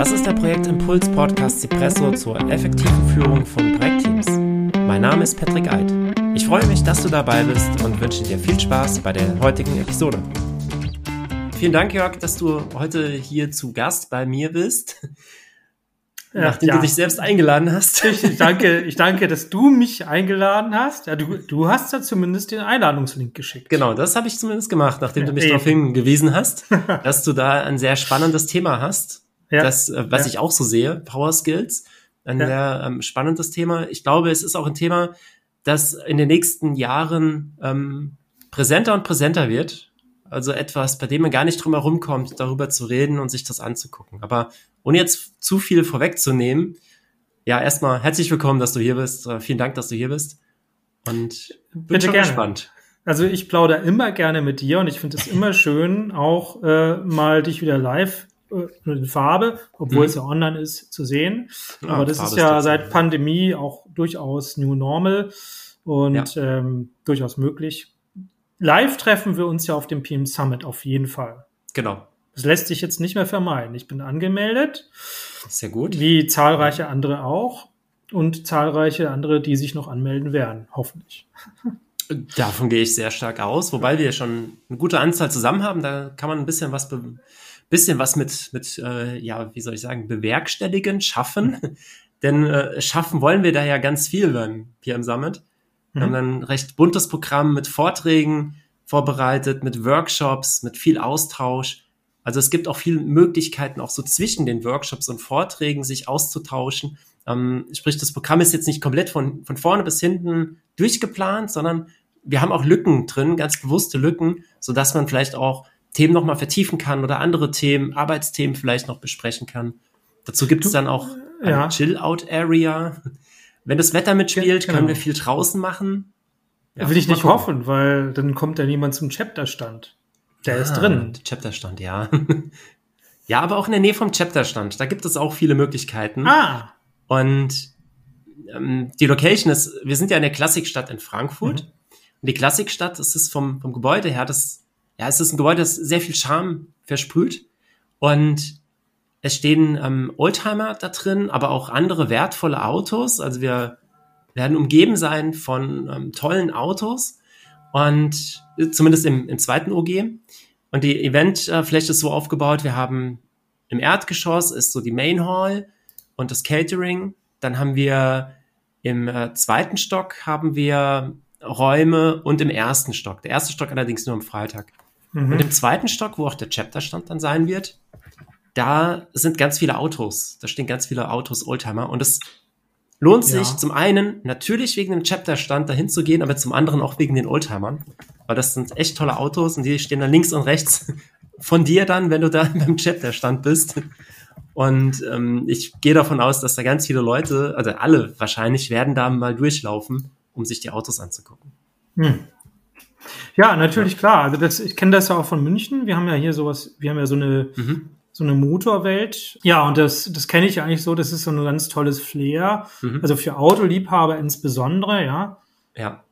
Das ist der Projektimpuls Podcast Cipresso zur effektiven Führung von Projektteams. Mein Name ist Patrick Eid. Ich freue mich, dass du dabei bist und wünsche dir viel Spaß bei der heutigen Episode. Vielen Dank, Jörg, dass du heute hier zu Gast bei mir bist, nachdem du dich selbst eingeladen hast. Ich danke, dass du mich eingeladen hast. Ja, du hast ja zumindest den Einladungslink geschickt. Genau, das habe ich zumindest gemacht, nachdem du mich darauf hingewiesen hast, dass du da ein sehr spannendes Thema hast. Das, was ich auch so sehe, Power Skills, ein sehr spannendes Thema. Ich glaube, es ist auch ein Thema, das in den nächsten Jahren präsenter und präsenter wird. Also etwas, bei dem man gar nicht drum herum kommt, darüber zu reden und sich das anzugucken. Aber ohne jetzt zu viel vorwegzunehmen, ja, erstmal herzlich willkommen, dass du hier bist. Vielen Dank, dass du hier bist. Und bin schon gespannt. Also ich plaudere immer gerne mit dir und ich finde es immer schön, auch mal dich wieder live in Farbe, obwohl es ja online ist, zu sehen. Ja, aber das Farbe ist ja seit Pandemie auch durchaus New Normal und durchaus möglich. Live treffen wir uns ja auf dem PM Summit auf jeden Fall. Genau. Das lässt sich jetzt nicht mehr vermeiden. Ich bin angemeldet. Sehr gut. Wie zahlreiche andere auch. Und zahlreiche andere, die sich noch anmelden werden. Hoffentlich. Davon gehe ich sehr stark aus. Wobei wir schon eine gute Anzahl zusammen haben. Da kann man ein bisschen was mit wie soll ich sagen, bewerkstelligen, schaffen. Denn schaffen wollen wir da ja ganz viel beim PM Summit. Wir haben ein recht buntes Programm mit Vorträgen vorbereitet, mit Workshops, mit viel Austausch. Also es gibt auch viele Möglichkeiten, auch so zwischen den Workshops und Vorträgen sich auszutauschen. Sprich, das Programm ist jetzt nicht komplett von vorne bis hinten durchgeplant, sondern wir haben auch Lücken drin, ganz bewusste Lücken, sodass man vielleicht auch Themen nochmal vertiefen kann oder andere Themen, Arbeitsthemen vielleicht noch besprechen kann. Dazu gibt es dann auch eine Chill-Out-Area. Wenn das Wetter mitspielt, können wir viel draußen machen. Ja, will ich nicht hoffen, weil dann kommt ja niemand zum Chapterstand. Der ist drin. Der Chapterstand, ja. Ja, aber auch in der Nähe vom Chapterstand. Da gibt es auch viele Möglichkeiten. Und die Location ist, wir sind ja in der Klassikstadt in Frankfurt. Und die Klassikstadt, es ist vom Gebäude her, es ist ein Gebäude, das sehr viel Charme versprüht. Und es stehen Oldtimer da drin, aber auch andere wertvolle Autos. Also wir werden umgeben sein von tollen Autos und zumindest im zweiten OG. Und die Eventfläche ist so aufgebaut, wir haben im Erdgeschoss ist so die Main Hall und das Catering. Dann haben wir im zweiten Stock haben wir Räume und im ersten Stock. Der erste Stock allerdings nur am Freitag. Und im zweiten Stock, wo auch der Chapterstand dann sein wird, da sind ganz viele Autos. Da stehen ganz viele Autos, Oldtimer. Und es lohnt sich zum einen natürlich wegen dem Chapterstand dahin zu gehen, aber zum anderen auch wegen den Oldtimern. Weil das sind echt tolle Autos und die stehen dann links und rechts von dir dann, wenn du da beim Chapterstand bist. Und ich gehe davon aus, dass da ganz viele Leute, also alle wahrscheinlich, werden da mal durchlaufen, um sich die Autos anzugucken. Ja, natürlich, klar. Also ich kenne das ja auch von München. Wir haben ja hier sowas, wir haben ja so eine Motorwelt. Ja, und das kenne ich eigentlich so, das ist so ein ganz tolles Flair. Also für Autoliebhaber insbesondere, ja. Ja.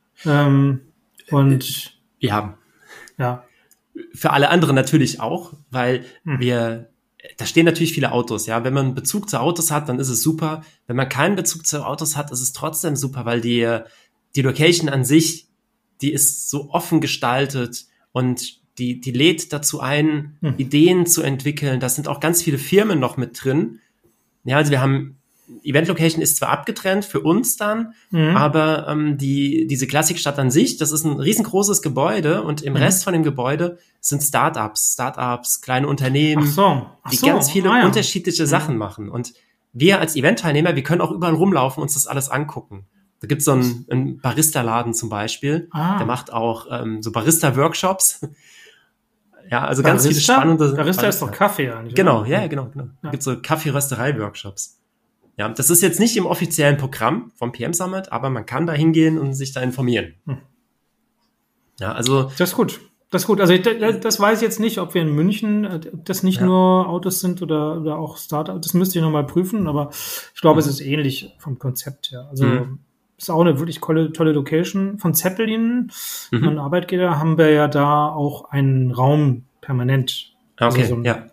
Und ja. Für alle anderen natürlich auch, weil da stehen natürlich viele Autos, ja. Wenn man Bezug zu Autos hat, dann ist es super. Wenn man keinen Bezug zu Autos hat, ist es trotzdem super, weil die Location an sich, die ist so offen gestaltet und die lädt dazu ein, Ideen zu entwickeln. Da sind auch ganz viele Firmen noch mit drin. Ja, also wir haben, Event Location ist zwar abgetrennt für uns dann, aber diese Klassikstadt an sich, das ist ein riesengroßes Gebäude und im Rest von dem Gebäude sind Startups, kleine Unternehmen, die ganz viele unterschiedliche Sachen machen. Und wir als Event-Teilnehmer, wir können auch überall rumlaufen und uns das alles angucken. Da gibt es so einen Barista-Laden zum Beispiel, der macht auch so Barista-Workshops. Ja, also Barista? ganz viele spannende... Barista ist doch Kaffee eigentlich. Genau, genau. Da gibt es so Kaffeerösterei-Workshops. Ja, das ist jetzt nicht im offiziellen Programm vom PM Summit, aber man kann da hingehen und sich da informieren. Ja, also... Das ist gut. Also das weiß ich jetzt nicht, ob wir in München, ob das nicht nur Autos sind oder auch Startups. Das müsste ich nochmal prüfen, aber ich glaube, es ist ähnlich vom Konzept her. Also ist auch eine wirklich tolle Location. Von Zeppelin, mein Arbeitgeber, haben wir ja da auch einen Raum permanent. Okay, also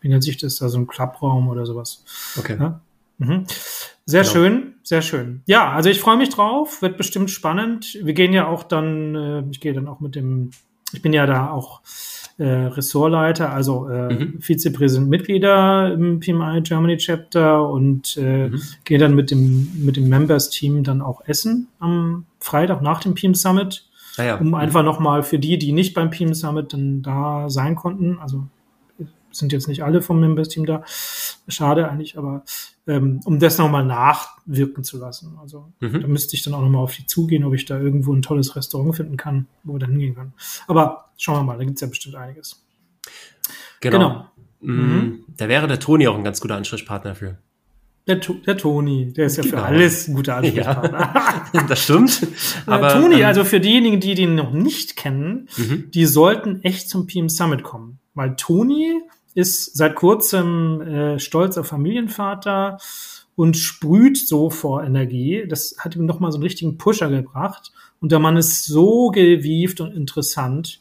wie nennt sich das da, so ein Clubraum oder sowas. Okay. Ja? Sehr schön, sehr schön. Ja, also ich freue mich drauf, wird bestimmt spannend. Wir gehen ja auch dann, ich bin ja da auch Ressortleiter, also Vizepräsident, Mitglieder im PMI Germany Chapter und gehe dann mit dem Members-Team dann auch essen am Freitag nach dem PM Summit, um einfach nochmal für die nicht beim PM Summit dann da sein konnten, also sind jetzt nicht alle vom Members-Team da, schade eigentlich, aber um das nochmal nachwirken zu lassen. Also da müsste ich dann auch nochmal auf die zugehen, ob ich da irgendwo ein tolles Restaurant finden kann, wo wir dann hingehen können. Aber schauen wir mal, da gibt's ja bestimmt einiges. Genau. Da wäre der Toni auch ein ganz guter Ansprechpartner für. Der Toni, der ist ja für alles ein guter Ansprechpartner. Ja, das stimmt. Aber Toni, also für diejenigen, die den noch nicht kennen, die sollten echt zum PM Summit kommen. Weil Toni ist seit kurzem stolzer Familienvater und sprüht so vor Energie. Das hat ihm nochmal so einen richtigen Pusher gebracht. Und der Mann ist so gewieft und interessant.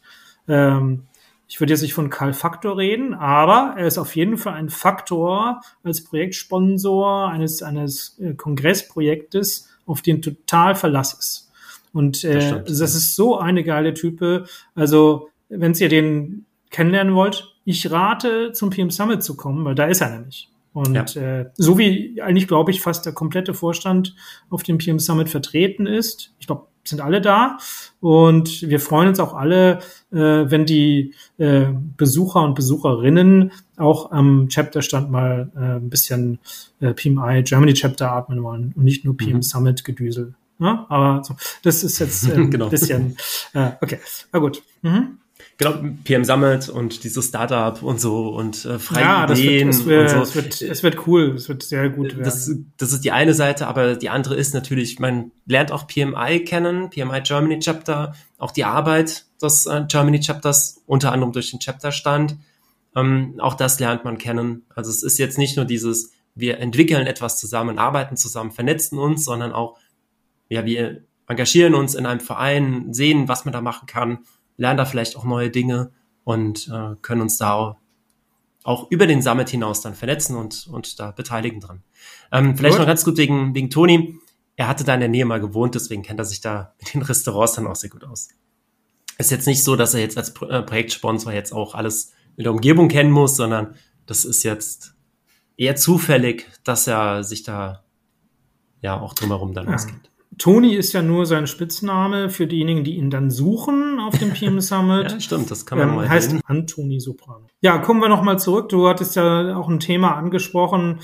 Ich würde jetzt nicht von Karl Faktor reden, aber er ist auf jeden Fall ein Faktor als Projektsponsor eines Kongressprojektes, auf den total Verlass ist. Und das ist so eine geile Type. Also, wenn ihr den kennenlernen wollt, ich rate, zum PM Summit zu kommen, weil da ist er nämlich. Und so wie eigentlich, glaube ich, fast der komplette Vorstand auf dem PM Summit vertreten ist. Ich glaube, sind alle da. Und wir freuen uns auch alle, wenn die Besucher und Besucherinnen auch am Chapterstand mal ein bisschen PMI Germany Chapter atmen wollen und nicht nur PM Summit Gedüsel. Ja? Aber so, das ist jetzt ein bisschen okay. Na gut. Genau, PM Summit und dieses Startup und so und freie Ideen und so. Es wird cool, es wird sehr gut werden. Das ist die eine Seite, aber die andere ist natürlich, man lernt auch PMI kennen, PMI Germany Chapter, auch die Arbeit des Germany Chapters, unter anderem durch den Chapterstand. Auch das lernt man kennen. Also es ist jetzt nicht nur dieses, wir entwickeln etwas zusammen, arbeiten zusammen, vernetzen uns, sondern auch, ja, wir engagieren uns in einem Verein, sehen, was man da machen kann, lernen da vielleicht auch neue Dinge und können uns da auch über den Summit hinaus dann vernetzen und da beteiligen dran. Vielleicht noch ganz gut wegen Toni. Er hatte da in der Nähe mal gewohnt, deswegen kennt er sich da mit den Restaurants dann auch sehr gut aus. Ist jetzt nicht so, dass er jetzt als Projektsponsor jetzt auch alles in der Umgebung kennen muss, sondern das ist jetzt eher zufällig, dass er sich da ja auch drumherum dann auskennt. Toni ist ja nur sein Spitzname für diejenigen, die ihn dann suchen auf dem PM Summit. Ja, stimmt, das kann man mal heißt reden. Antoni Soprano. Ja, kommen wir nochmal zurück. Du hattest ja auch ein Thema angesprochen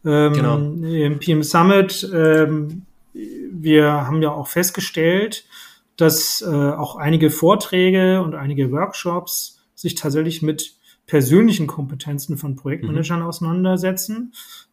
im PM Summit. Wir haben ja auch festgestellt, dass auch einige Vorträge und einige Workshops sich tatsächlich mit persönlichen Kompetenzen von Projektmanagern auseinandersetzen.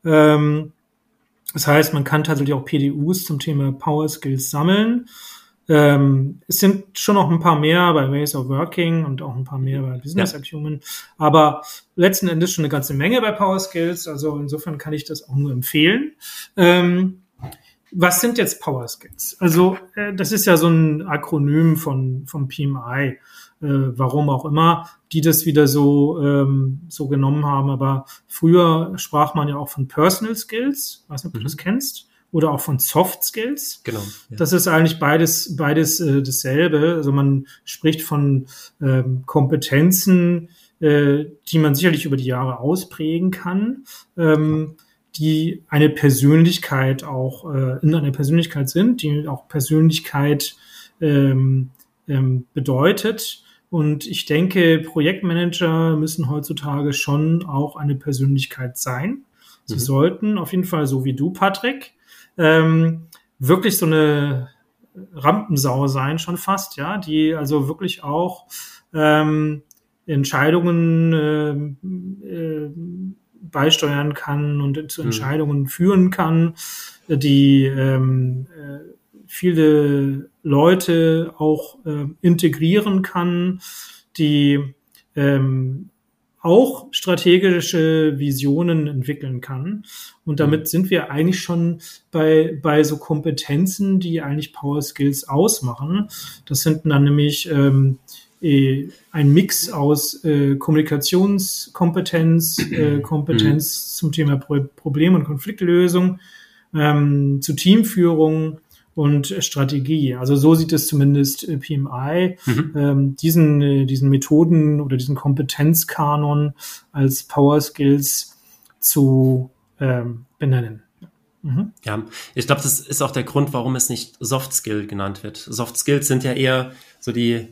Das heißt, man kann tatsächlich auch PDUs zum Thema Power Skills sammeln. Es sind schon noch ein paar mehr bei Ways of Working und auch ein paar mehr bei Business Acumen, aber letzten Endes schon eine ganze Menge bei Power Skills. Also insofern kann ich das auch nur empfehlen. Was sind jetzt Power Skills? Also das ist ja so ein Akronym vom PMI, warum auch immer, die das wieder so genommen haben. Aber früher sprach man ja auch von Personal Skills, weiß nicht, ob du das kennst, oder auch von Soft Skills. Genau. Ja. Das ist eigentlich beides dasselbe. Also man spricht von Kompetenzen, die man sicherlich über die Jahre ausprägen kann, die eine Persönlichkeit auch in einer Persönlichkeit sind, die auch Persönlichkeit bedeutet. Und ich denke, Projektmanager müssen heutzutage schon auch eine Persönlichkeit sein. Sie sollten auf jeden Fall, so wie du, Patrick, wirklich so eine Rampensau sein, schon fast, ja, die also wirklich auch Entscheidungen beisteuern kann und zu Entscheidungen führen kann, die viele Leute auch integrieren kann, die auch strategische Visionen entwickeln kann. Und damit sind wir eigentlich schon bei so Kompetenzen, die eigentlich Power Skills ausmachen. Das sind dann nämlich ein Mix aus Kommunikationskompetenz, Kompetenz zum Thema Problem- und Konfliktlösung, zu Teamführung und Strategie. Also so sieht es zumindest PMI, diesen Methoden oder diesen Kompetenzkanon als Power Skills zu benennen. Ja, ich glaube, das ist auch der Grund, warum es nicht Soft Skill genannt wird. Soft Skills sind ja eher so die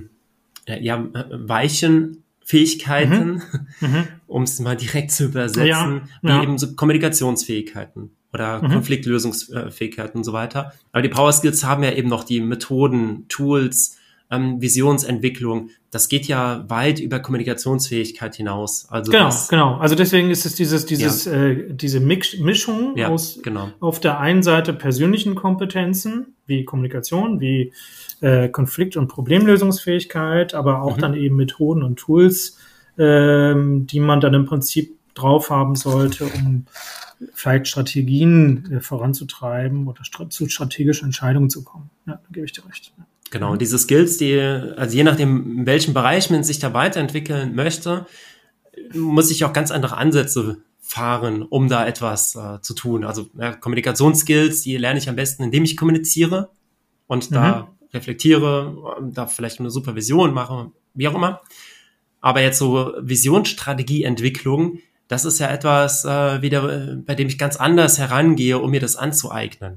weichen Fähigkeiten, um es mal direkt zu übersetzen, wie eben so Kommunikationsfähigkeiten oder Konfliktlösungsfähigkeiten und so weiter. Aber die Power Skills haben ja eben noch die Methoden, Tools, Visionsentwicklung. Das geht ja weit über Kommunikationsfähigkeit hinaus. Also genau. Also deswegen ist es diese Mischung aus auf der einen Seite persönlichen Kompetenzen wie Kommunikation, wie Konflikt- und Problemlösungsfähigkeit, aber auch dann eben Methoden und Tools, die man dann im Prinzip drauf haben sollte, um vielleicht Strategien voranzutreiben oder zu strategischen Entscheidungen zu kommen. Ja, da gebe ich dir recht. Ja. Genau, diese Skills, also je nachdem, in welchem Bereich man sich da weiterentwickeln möchte, muss ich auch ganz andere Ansätze fahren, um da etwas zu tun. Also Kommunikationsskills, die lerne ich am besten, indem ich kommuniziere und da reflektiere, da vielleicht eine Supervision mache, wie auch immer. Aber jetzt so Visionsstrategieentwicklung, das ist ja etwas, bei dem ich ganz anders herangehe, um mir das anzueignen.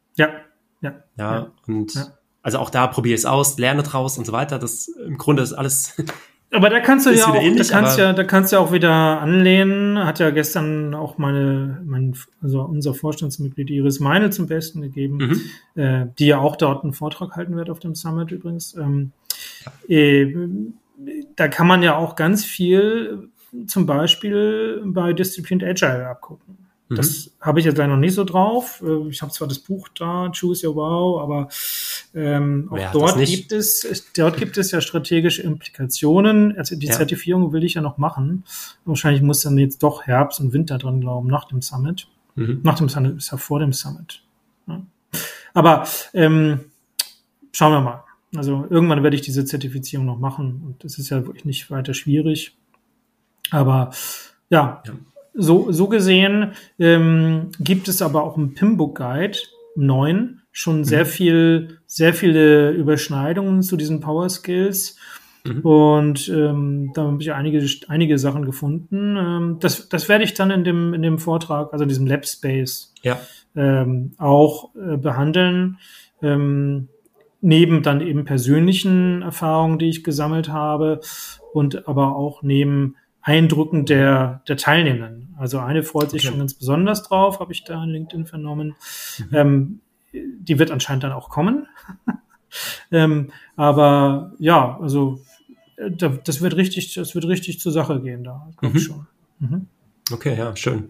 Also auch da probiere ich es aus, lerne draus und so weiter. Das im Grunde ist alles. Aber da kannst du ja auch, da kannst du auch wieder anlehnen. Hat ja gestern auch unser Vorstandsmitglied Iris Meinl zum Besten gegeben, die ja auch dort einen Vortrag halten wird auf dem Summit übrigens. Da kann man ja auch ganz viel zum Beispiel bei Disciplined Agile abgucken. Das habe ich jetzt leider noch nicht so drauf. Ich habe zwar das Buch da, Choose Your Wow, aber auch dort gibt es ja strategische Implikationen. Also die Zertifizierung will ich ja noch machen. Wahrscheinlich muss dann jetzt doch Herbst und Winter dran glauben, nach dem Summit. Nach dem Summit ist ja vor dem Summit. Ja. Aber schauen wir mal. Also irgendwann werde ich diese Zertifizierung noch machen. Und das ist ja wirklich nicht weiter schwierig. Aber So gesehen gibt es aber auch im PIMBOK Guide 9 schon sehr viele Überschneidungen zu diesen Power Skills. Und da habe ich einige Sachen gefunden. Das werde ich dann in dem Vortrag, also in diesem Lab Space, auch behandeln. Neben dann eben persönlichen Erfahrungen, die ich gesammelt habe, und aber auch neben Eindrücken der Teilnehmenden. Also eine freut sich schon ganz besonders drauf, habe ich da in LinkedIn vernommen. Die wird anscheinend dann auch kommen. Aber ja, also das wird richtig zur Sache gehen da, glaube ich schon. Okay, ja, schön.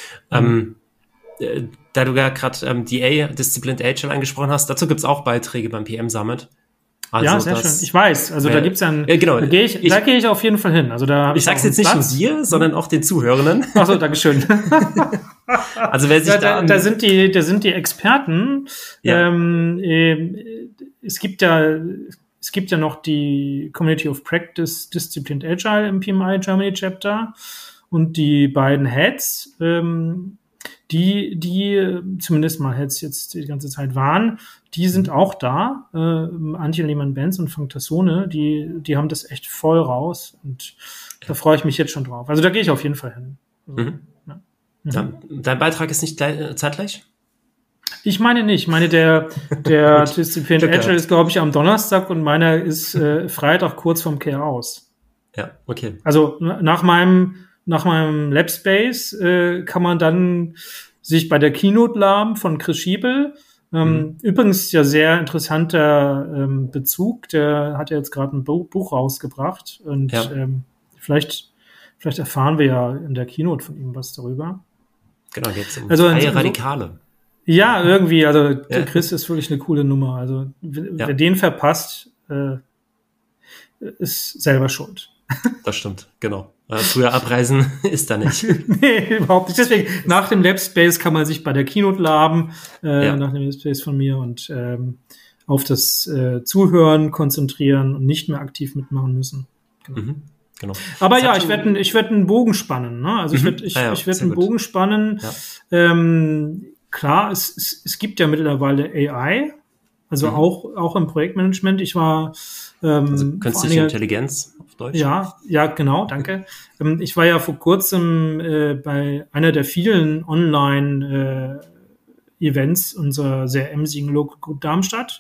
Da du ja gerade DA, Disciplined Agile, angesprochen hast, dazu gibt es auch Beiträge beim PM Summit. Also ja, sehr schön. Ich weiß. Also da gibt's dann. Genau. Da gehe ich auf jeden Fall hin. Also da. Ich sag's jetzt nicht nur dir, sondern auch den Zuhörenden. Ach so, Dankeschön. Also wer sich da sind die Experten. Ja. Es gibt ja noch die Community of Practice Disciplined Agile im PMI Germany Chapter und die beiden Heads, die zumindest mal Heads jetzt die ganze Zeit waren, die sind auch da. Antje Lehmann-Benz und Frank Tassone, die haben das echt voll raus und da freue ich mich jetzt schon drauf. Also da gehe ich auf jeden Fall hin. Also, Dein Beitrag ist nicht zeitgleich? Ich meine nicht. Ich meine, der Disciplined Agile ist, glaube ich, am Donnerstag und meiner ist Freitag kurz vorm Chaos. Ja, okay. Also nach meinem Labspace kann man dann sich bei der Keynote laben von Chris Schiebel. Übrigens ja sehr interessanter Bezug. Der hat ja jetzt gerade ein Buch rausgebracht und vielleicht erfahren wir ja in der Keynote von ihm was darüber. Genau, jetzt um freie Radikale. Ja, irgendwie. Also der Chris ist wirklich eine coole Nummer. Also wer den verpasst, ist selber schuld. Das stimmt, genau. Früher abreisen ist da nicht. Nee, überhaupt nicht. Deswegen, nach dem Labspace kann man sich bei der Keynote laben, nach dem Labspace von mir. Und auf das Zuhören konzentrieren und nicht mehr aktiv mitmachen müssen. Genau. Genau. Aber ja, ich werde einen Bogen spannen. Ne? Also ich werde einen Bogen spannen. Ja. Klar, es gibt ja mittlerweile AI, also auch im Projektmanagement. Ich war also künstliche Intelligenz auf Deutsch. Ja, genau, danke. Ich war ja vor kurzem bei einer der vielen Online-Events unserer sehr emsigen Local Group Darmstadt.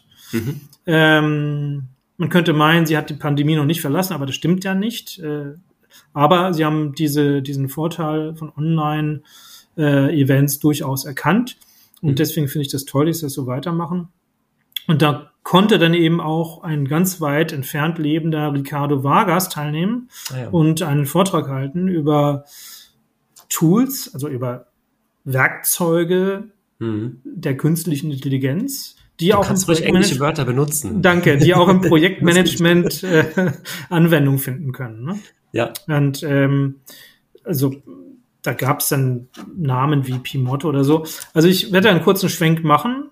Man könnte meinen, sie hat die Pandemie noch nicht verlassen, aber das stimmt ja nicht. Aber sie haben diesen Vorteil von Online-Events durchaus erkannt. Und deswegen finde ich das toll, dass sie das so weitermachen. Und da konnte dann eben auch ein ganz weit entfernt lebender Ricardo Vargas teilnehmen und einen Vortrag halten über Tools, also über Werkzeuge der künstlichen Intelligenz, die du auch kannst ruhig englische Wörter benutzen. Danke, die auch im Projektmanagement Anwendung finden können. Ne? Ja. Und also da gab es dann Namen wie Pimotto oder so. Also ich werde einen kurzen Schwenk machen,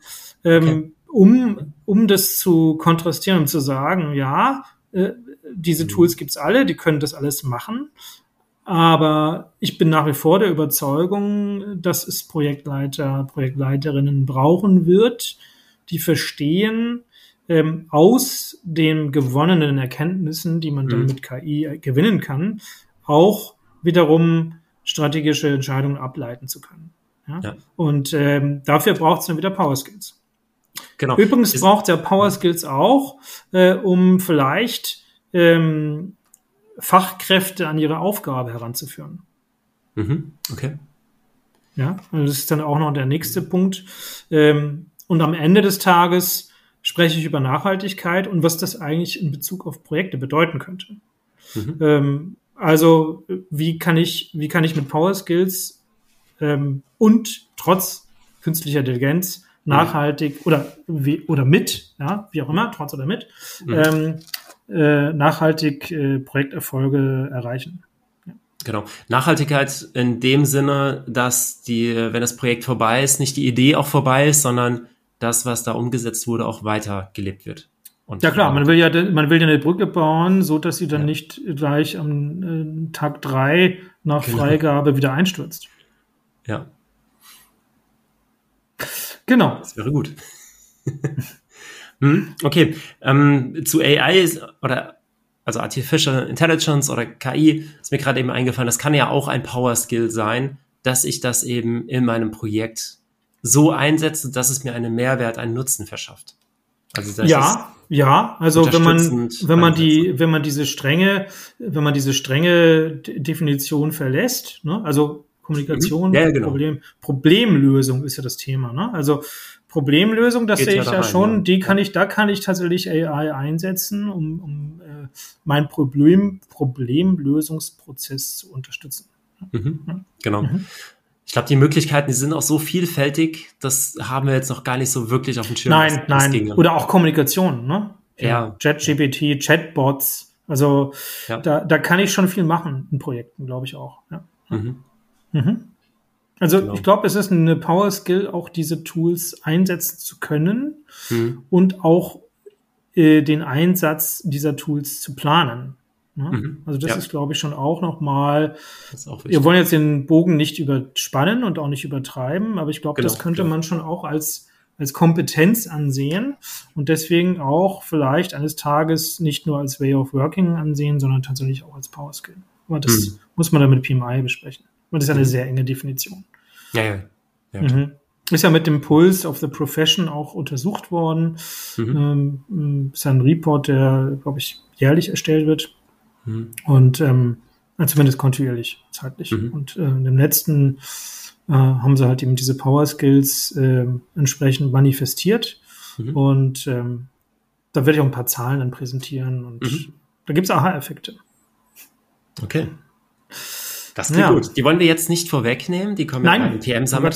um das zu kontrastieren und zu sagen, ja, diese Tools gibt's alle, die können das alles machen. Aber ich bin nach wie vor der Überzeugung, dass es Projektleiter, Projektleiterinnen brauchen wird, die verstehen, aus den gewonnenen Erkenntnissen, die man dann mit KI gewinnen kann, auch wiederum strategische Entscheidungen ableiten zu können. Ja? Und dafür braucht es dann wieder Power Skills. Genau. Übrigens braucht es ja Power Skills auch, um vielleicht Fachkräfte an ihre Aufgabe heranzuführen. Okay. Ja, also das ist dann auch noch der nächste Punkt. Und am Ende des Tages spreche ich über Nachhaltigkeit und was das eigentlich in Bezug auf Projekte bedeuten könnte. Also wie kann ich mit Power Skills und trotz künstlicher Intelligenz nachhaltig oder mit, ja, wie auch immer, trotz oder mit, nachhaltig Projekterfolge erreichen. Ja. Genau. Nachhaltigkeit in dem Sinne, dass wenn das Projekt vorbei ist, nicht die Idee auch vorbei ist, sondern das, was da umgesetzt wurde, auch weitergelebt wird. Und ja klar, man will ja eine Brücke bauen, so dass sie dann nicht gleich am Tag 3 nach Freigabe wieder einstürzt. Ja. Genau. Das wäre gut. Okay. Zu AI also Artificial Intelligence oder KI ist mir gerade eben eingefallen, das kann ja auch ein Power Skill sein, dass ich das eben in meinem Projekt so einsetze, dass es mir einen Mehrwert, einen Nutzen verschafft. Also das also wenn man diese strenge Definition verlässt, ne, also Kommunikation, Problemlösung ist ja das Thema, ne? Also Problemlösung, das sehe ich ja schon, da kann ich tatsächlich AI einsetzen, um meinen Problemlösungsprozess zu unterstützen. Genau. Ich glaube, die Möglichkeiten, die sind auch so vielfältig, das haben wir jetzt noch gar nicht so wirklich auf dem Schirm. Nein. Oder auch Kommunikation, ne? Ja. ChatGPT, Chatbots, also da kann ich schon viel machen in Projekten, glaube ich auch. Ja. Also ich glaube, es ist eine Power Skill, auch diese Tools einsetzen zu können und auch den Einsatz dieser Tools zu planen. Ne? Also das ist, glaube ich, schon auch nochmal, wir wollen jetzt den Bogen nicht überspannen und auch nicht übertreiben, aber ich glaube, das könnte man schon auch als Kompetenz ansehen und deswegen auch vielleicht eines Tages nicht nur als Way of Working ansehen, sondern tatsächlich auch als Power Skill. Aber das muss man dann mit PMI besprechen. Und das ist eine sehr enge Definition. Ja. Ist ja mit dem Pulse of the Profession auch untersucht worden. Ist ja ein Report, der, glaube ich, jährlich erstellt wird. Und zumindest kontinuierlich, zeitlich. Und im letzten haben sie halt eben diese Power Skills entsprechend manifestiert. Und da werde ich auch ein paar Zahlen dann präsentieren. Und da gibt es Aha-Effekte. Okay. Das klingt gut. Die wollen wir jetzt nicht vorwegnehmen. Die kommen ja beim TM-Summit.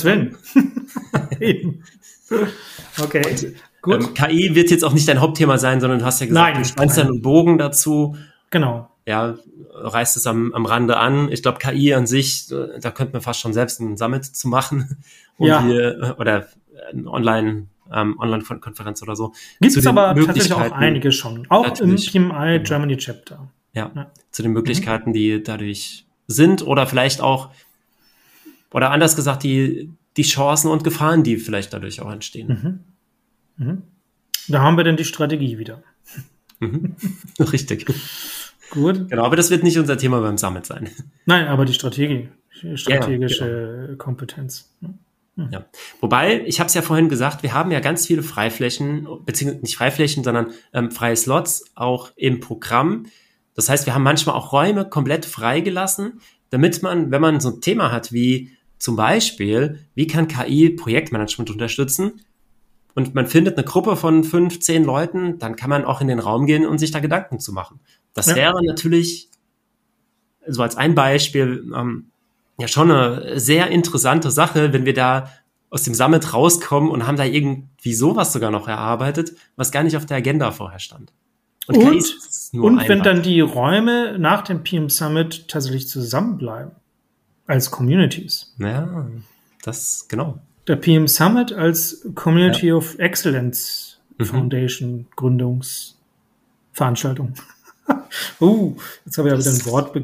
Okay, gut. KI wird jetzt auch nicht dein Hauptthema sein, sondern du hast ja gesagt, du spannst dann einen Bogen dazu. Genau. Ja, reißt es am Rande an. Ich glaube, KI an sich, da könnte man fast schon selbst einen Summit zu machen. Oder ein Online-Konferenz oder so. Gibt es aber tatsächlich auch einige schon. Auch im PMI Germany Chapter. Ja, zu den Möglichkeiten, die dadurch sind oder vielleicht auch, oder anders gesagt, die Chancen und Gefahren, die vielleicht dadurch auch entstehen. Da haben wir dann die Strategie wieder. Richtig. Gut. Genau, aber das wird nicht unser Thema beim Summit sein. Nein, aber die strategische Kompetenz. Ja. Wobei, ich habe es ja vorhin gesagt, wir haben ja ganz viele Freiflächen, beziehungsweise nicht Freiflächen, sondern freie Slots auch im Programm. Das heißt, wir haben manchmal auch Räume komplett freigelassen, damit man, wenn man so ein Thema hat wie zum Beispiel, wie kann KI Projektmanagement unterstützen, und man findet eine Gruppe von 5-10 Leuten, dann kann man auch in den Raum gehen und sich da Gedanken zu machen. Das wäre natürlich, so als ein Beispiel, ja schon eine sehr interessante Sache, wenn wir da aus dem Summit rauskommen und haben da irgendwie sowas sogar noch erarbeitet, was gar nicht auf der Agenda vorher stand. Und wenn dann die Räume nach dem PM Summit tatsächlich zusammenbleiben, als Communities. Ja, das, genau. Der PM Summit als Community of Excellence Foundation Gründungsveranstaltung. Jetzt habe ich ja wieder ein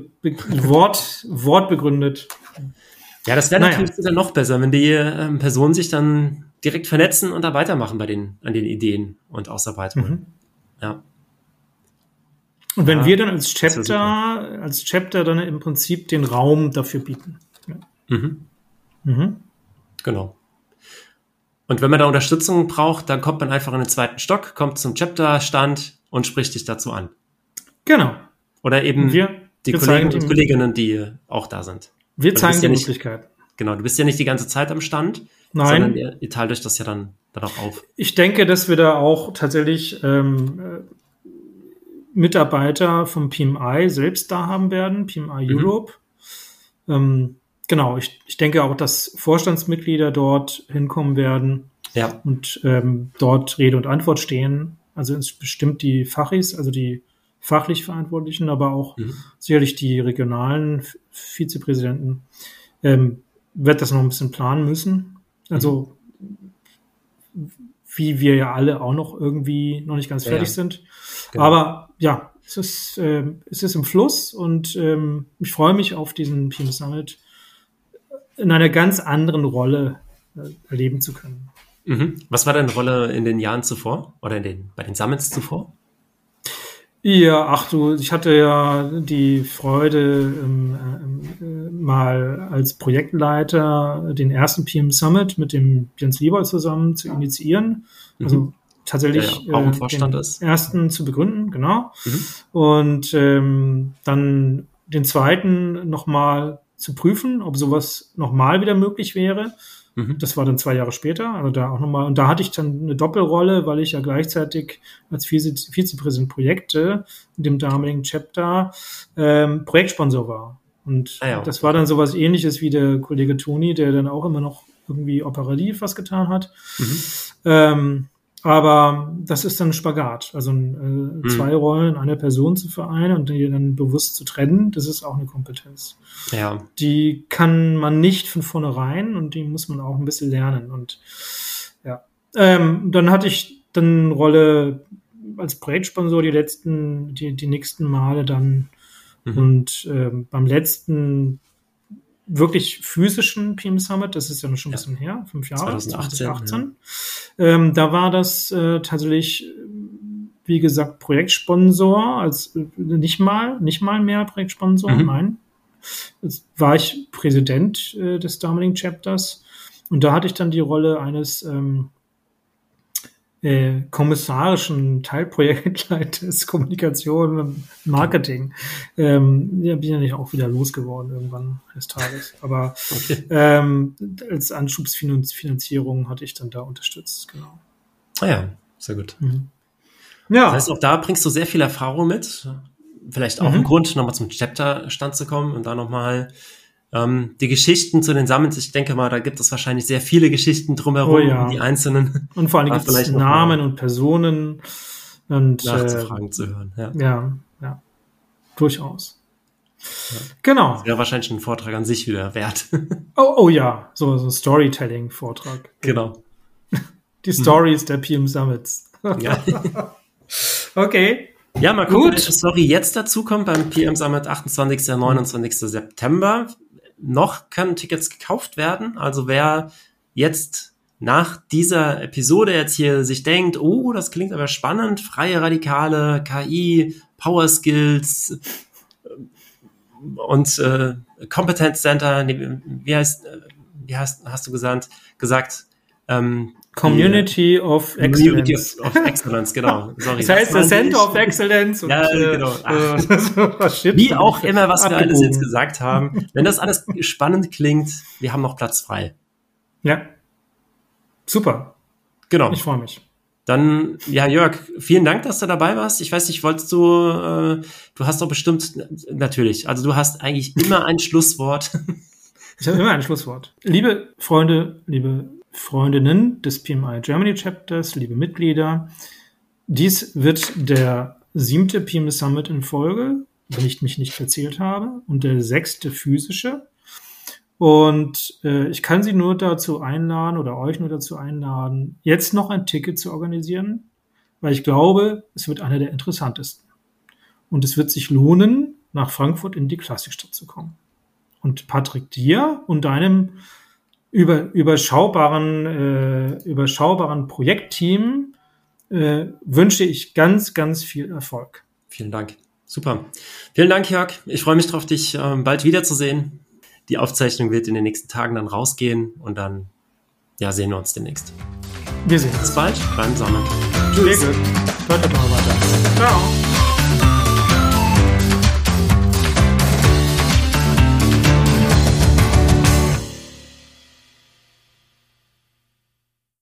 Wort begründet. Ja, das wäre natürlich sogar noch besser, wenn die Personen sich dann direkt vernetzen und da weitermachen an den Ideen und Ausarbeitungen. Ja. Und wenn wir dann als Chapter dann im Prinzip den Raum dafür bieten. Genau. Und wenn man da Unterstützung braucht, dann kommt man einfach in den 2. Stock, kommt zum Chapter-Stand und spricht dich dazu an. Genau. Oder eben die Kollegen und Kolleginnen, die auch da sind. Wir zeigen die Möglichkeiten. Genau, du bist ja nicht die ganze Zeit am Stand, sondern ihr teilt euch das ja dann auch auf. Ich denke, dass wir da auch tatsächlich Mitarbeiter vom PMI selbst da haben werden, PMI Europe. Genau, ich denke auch, dass Vorstandsmitglieder dort hinkommen werden und dort Rede und Antwort stehen. Also es bestimmt die Fachis, also die fachlich Verantwortlichen, aber auch sicherlich die regionalen Vizepräsidenten wird das noch ein bisschen planen müssen. Also wie wir ja alle auch noch irgendwie noch nicht ganz fertig sind. Genau. Aber ja, es ist im Fluss und ich freue mich auf diesen PM Summit in einer ganz anderen Rolle erleben zu können. Was war deine Rolle in den Jahren zuvor oder bei den Summits zuvor? Ja, ich hatte ja die Freude, mal als Projektleiter den ersten PM Summit mit dem Jens Liebold zusammen zu initiieren. Also tatsächlich auch im Vorstand den ersten zu begründen, genau. Und dann den zweiten nochmal zu prüfen, ob sowas nochmal wieder möglich wäre. Das war dann 2 Jahre später, also da auch nochmal, und da hatte ich dann eine Doppelrolle, weil ich ja gleichzeitig als Vizepräsident Projekte in dem damaligen Chapter Projektsponsor war. Und das war dann sowas Ähnliches wie der Kollege Toni, der dann auch immer noch irgendwie operativ was getan hat. Aber das ist dann ein Spagat. Also 2 Rollen einer Person zu vereinen und die dann bewusst zu trennen, das ist auch eine Kompetenz. Ja. Die kann man nicht von vornherein und die muss man auch ein bisschen lernen. Und dann hatte ich dann eine Rolle als Projektsponsor die nächsten Male dann und beim letzten wirklich physischen PM Summit, das ist ja noch schon ein bisschen her, 5 Jahre, 2018. Da war das tatsächlich, wie gesagt, Projektsponsor, als nicht mal mehr Projektsponsor, nein. Jetzt war ich Präsident des damaligen Chapters und da hatte ich dann die Rolle eines kommissarischen Teilprojektleiters Kommunikation und Marketing. Bin ja nicht auch wieder losgeworden irgendwann eines Tages. Aber als Anschubsfinanzierung hatte ich dann da unterstützt, genau. Ah ja, sehr gut. Ja. Das heißt, auch da bringst du sehr viel Erfahrung mit. Vielleicht auch ein Grund, nochmal zum Chapter-Stand zu kommen und da nochmal die Geschichten zu den Summits, ich denke mal, da gibt es wahrscheinlich sehr viele Geschichten drumherum, die einzelnen. Und vor allem gibt es Namen und Personen und Nachzufragen zu hören. Ja, durchaus. Ja. Genau. Das wäre wahrscheinlich ein Vortrag an sich wieder wert. Oh ja, so ein Storytelling-Vortrag. Genau. die Stories der PM Summits. Ja. Okay. Ja, mal gucken, welche Story jetzt dazu kommt beim PM Summit 28. und 29. September. Noch können Tickets gekauft werden. Also wer jetzt nach dieser Episode jetzt hier sich denkt, oh, das klingt aber spannend, freie Radikale, KI, Power Skills und Competence Center, hast du gesagt? Community of Excellence. Community of Excellence, genau. Sorry, das heißt, das Center of Excellence. Und, ja, genau. Wie auch immer, was wir alles jetzt gesagt haben. Wenn das alles spannend klingt, wir haben noch Platz frei. Ja. Super. Genau. Ich freue mich. Dann, ja, Jörg, vielen Dank, dass du dabei warst. Ich weiß nicht, du hast doch bestimmt, natürlich, also du hast eigentlich immer ein Schlusswort. Ich habe immer ein Schlusswort. Liebe Freunde, liebe Freundinnen des PMI Germany Chapters, liebe Mitglieder, dies wird der 7. PM Summit in Folge, wenn ich mich nicht verzählt habe, und der 6. physische. Und ich kann Sie nur dazu einladen oder euch nur dazu einladen, jetzt noch ein Ticket zu organisieren, weil ich glaube, es wird einer der interessantesten. Und es wird sich lohnen, nach Frankfurt in die Klassikstadt zu kommen. Und Patrick, dir und deinem überschaubaren Projektteam wünsche ich ganz, ganz viel Erfolg. Vielen Dank. Super. Vielen Dank, Jörg. Ich freue mich drauf, dich bald wiederzusehen. Die Aufzeichnung wird in den nächsten Tagen dann rausgehen und dann sehen wir uns demnächst. Wir sehen uns. Bis bald beim Summit. Tschüss. Sehr gut. Weiter. Ciao.